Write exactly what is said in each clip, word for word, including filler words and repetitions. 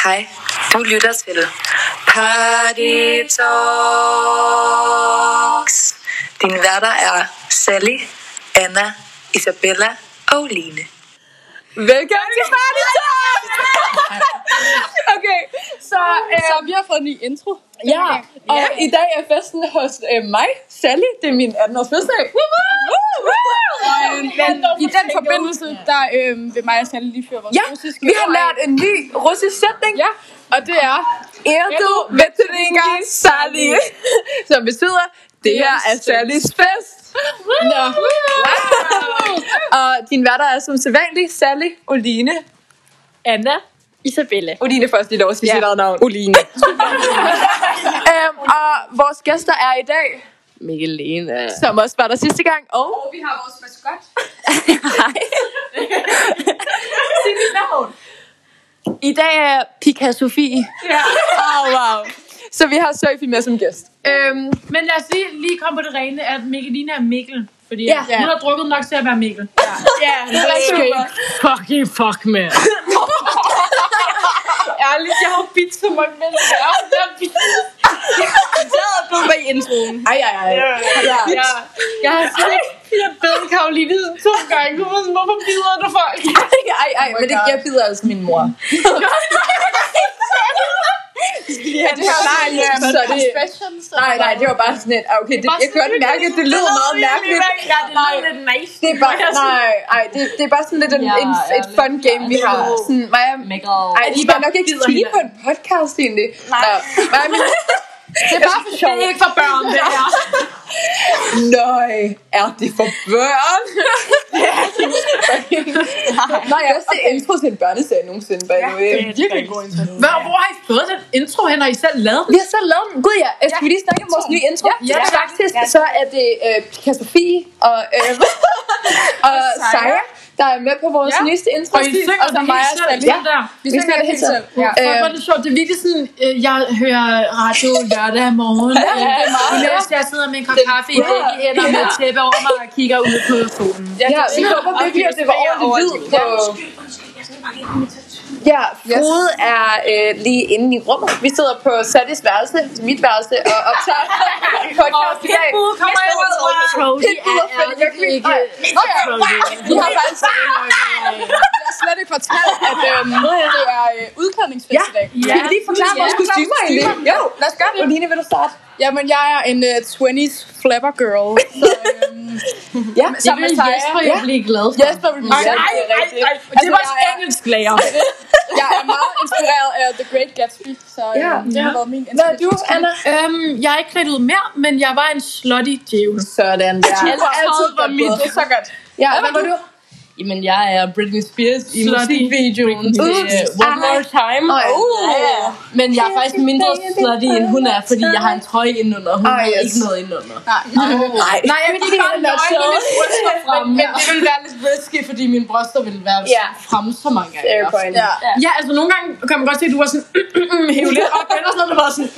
Hej, du lytter til Party Talks. Dine værter er Sally, Anna, Isabella og Line. Velkommen til Party Talks! Okay, så, øh, så vi har fået en ny intro. Ja, og ja. I dag er festen hos øh, mig, Sally. Det er min atten års fødselsdag. Og øh, men i den forbindelse, der øh, vil mig og Sally lige føre vores ja, russiske. Vi har lært en ny russisk sætning. Ja, og det er Erdu Veteringa Sally. Som betyder, det her er Sallys fest. Nå. Wow. Og din værter er som sædvanlig Sally, Oline, Anna, Isabella. Oline først lige lov at sige sit eget navn. Oline. øhm, og vores gæster er i dag Mikkelene, som også var der sidste gang. Og, og vi har vores maskot. Hej. Sig dit navn. I dag er Picasso Fie. Ja. Oh, wow. Så vi har Sophie med som gæst. Øhm, men lad os lige, lige komme på det rene, at Mikkeline er Mikkel. Fordi ja. hun har drukket nok til at være Mikkel. Ja, ja det er super. Fucking fuck, man. Ærligt, jeg har bidt så mange mennesker. Jeg har bidt. Jeg har bidt mig i introen. Ej, ej, ej. Ja, ja. Ja. Jeg har sagt, jeg bed Karoline to gange. Hun var sådan, hvorfor bider du folk? Ej, ej, men det, jeg bider altså min mor. Ja, det var nej, ja, så det, nej, nej, det var bare sådan et, okay, det, jeg kunne godt mærke, at det lød meget mærkeligt. Ja, det lød lidt nice. Det er bare, nej, nej, det, det er bare sådan lidt en, en, et fun game, vi har. Sådan, Maja, ej, I skal nok ikke sige på en podcast egentlig. Nej. Maja, men, det er bare for sjovt. Det er ikke for børn, det her. Nøj, er det for børn? Nej, jeg har set intro til en børneserie nogensinde. By the way. Det er virkelig en god intro. Hvor, hvor har I fået den intro hen? Har I selv lavet den? Vi har selv lavet den. Gud ja, skal vi lige snakke om vores nye intro? Ja, ja faktisk så er det øh, Picasso Fie og, øh, og Saja, der er med på vores ja. nyeste intro. Og I synger det helt selv. Ja, der. vi synger det helt selv. Ja. For hvor er det sjovt. Det er virkelig sådan, øh, jeg hører radio lørdag morgen. Ja, det er meget. Imens jeg sidder med en kop kaffe i begge hænder med et tæppe over mig og kigger ud på solen. Ja, vi håber virkelig, at det var ordentligt lyd på... Ja, Frode er øh, lige inde i rummet. Vi sidder på Sallys værelse, mit værelse, og optager podcast i dag. Pitbull kommer ind og Pitbull og Freddie ikke. Vi har faktisk Jeg har slet ikke fortalt, at øhm, det er øh, udklædningsfest i dag. Ja, vi kan lige forklare vores kostymer egentlig. Jo, lad os gøre det. Oline, vil du starte? Jamen, jeg er en uh, tyverne flapper girl. Så, øhm, ja, det vil Jesper jo blive glad for. Jesper vil blive glad for. Det var engelsk lærer. Jeg er meget inspireret af The Great Gatsby, så øhm, ja. det har været min inspiration. Hvad er du, Anna? Øhm, jeg er ikke klædt ud mere, men jeg var en slutty djævel. Sådan der. Altid var mit. Det er så godt. Ja, hvad var du? Jamen, jeg er Britney Spears i Slutty. musikvideoen til uh, One More Time. Oh, uh. Men jeg er faktisk mindre slutty, end hun er, fordi jeg har en trøje indenunder. Hun har ikke noget indenunder. Nej, nej. Nej, jeg vil ikke bare nøje lidt bryster frem. Men det ville være lidt risky, fordi mine bryster ville være frem så mange gange. Ja. Ja, altså nogle gange kan man godt se, at du var sådan hæve lidt op, eller sådan noget, du var sådan.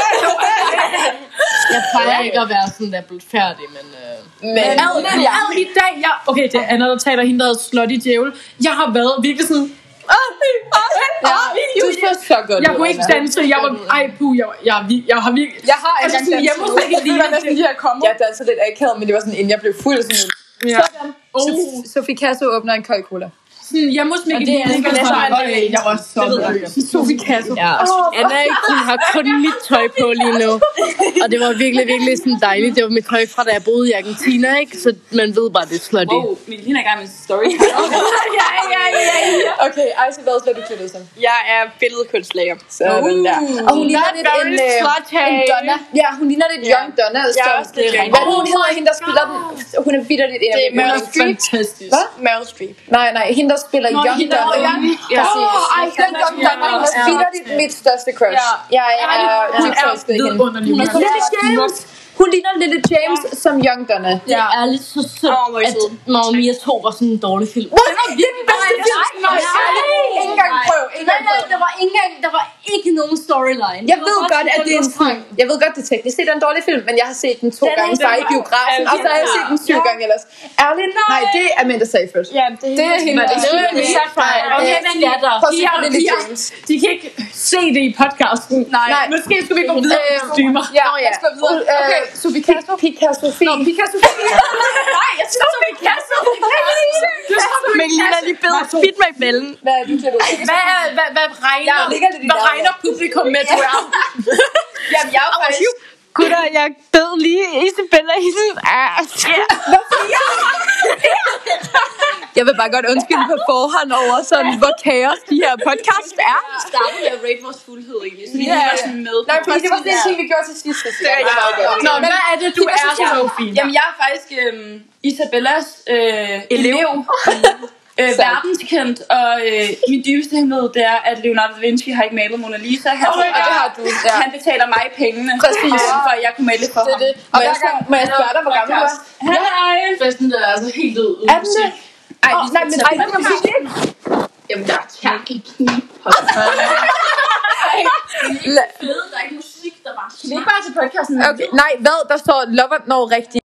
Jeg plejer ikke at være sådan, der er blevet færdig, men... Men ad i dag, jeg... Okay, det er Anna, der taler hende, der hedder slutty djævel. Jeg har været virkelig sådan... Ja, du ser så godt. Jeg kunne ikke danse, jeg var... Ej, puh, jeg, jeg, jeg, jeg har virkelig... Jeg har altså, engang jeg må ikke lige lide næsten de her kommer. Jeg dansede lidt akavet, men det var sådan, inden jeg blev fuld sådan. Ja. Sådan. Oh. Sofie Casso åbner en kold cola. Sådan, jeg må smække det er ikke sådan, jeg var så nervøs. Sofie Casso. Ja. Anna hun har kun mit tøj på lige nu. Og det var virkelig, virkelig sådan dejligt. Det var mit tøj fra, da jeg boede i Argentina, ikke? Så man ved bare, det er slutty. Wow, Mikkeline er i gang med story. ja, ja, ja, ja. Okay, ej, så hvad slet du klædt ud som? Jeg er billedkunstlager. Sådan der. Og hun ligner lidt en, øh, en Donna. Ja, hun ligner lidt Young Donna. Ja, det er rigtigt. Hvad hun hedder, hende der spiller den? Hun er vitterligt en af Det er Meryl Streep. Fantastisk. Hvad? Meryl Streep. Nej, nej, hende der spiller Nå, Young hende, der Donna. hedder Young. Ja, Åh, ej, den Young Donna, hun er vitterligt mit største crush. Jeg er Hun er forelsket i hende. vidunderlig. Hun er Lily James. Hun ligner Lily James som Young Donna. Det er lidt så sødt, at Mamma Mia to var sådan en dårlig film. What? Det er den bedste film. Nej, ikke engang prøv. Nej, nej, der var ikke engang, der var ikke nogen storyline. Jeg ved godt, at det er en sådan, jeg ved godt, det er teknisk set er en dårlig film, men jeg har set den to Den er gange den bare i var- biografen, og så har jeg set den syv gange ellers. Ærligt? Nej, det er Amanda Seyfried. Ja, det, Det er hende, der Det er spiller. Okay, men ja, der. Prøv at se Piger, på Lily piger. James. De kan ikke se det i podcasten. Nej. Nej. Måske skulle vi gå videre Øh, med kostymer. Ja, Nå, jeg skal videre. Øh, Okay. Picasso. Picasso. Nå, Picasso. Nej, jeg synes, det er Picasso. Melina lige bedre spit mig i fælden. Hvad er du til, du? Hvad, er- hvad, hvad regner, Jeg ligger lidt i hvad der, regner publikum med, du er? Jamen, jeg er jo faktisk... Gutter, jeg bed lige Isabella i sin ass. Jeg vil bare godt undskylde på forhånd over sådan, hvor kaos de her podcast er. Vi startede med at rate vores fuldhed egentlig, så vi Ja, var ja. sådan med. Nej, fordi det var sådan en ting, vi gjorde til sidst. Det er rigtig meget godt. Nå, hvad er det, du er, Sofie? Jamen, jeg er faktisk øhm, Isabellas øh, elev. Øh, verdenskendt, og øh, min dybeste hemmelighed, det er, at Leonardo da Vinci har ikke malet Mona Lisa. Han, Oh, og det har du. Ja. han betaler mig pengene, Præcis. øh, for at jeg kunne male for Det er ham. det. Og hver gang må jeg spørge dig, hvor gammel du er. Hej! Festen der er altså helt død uden Er den det? Ej, Åh, nej, men ej, det er musik. Jamen, der er kærlig kniv. La- fede, der er ikke musik, der bare Okay, nej, hvad? Der står Lover, når rigtig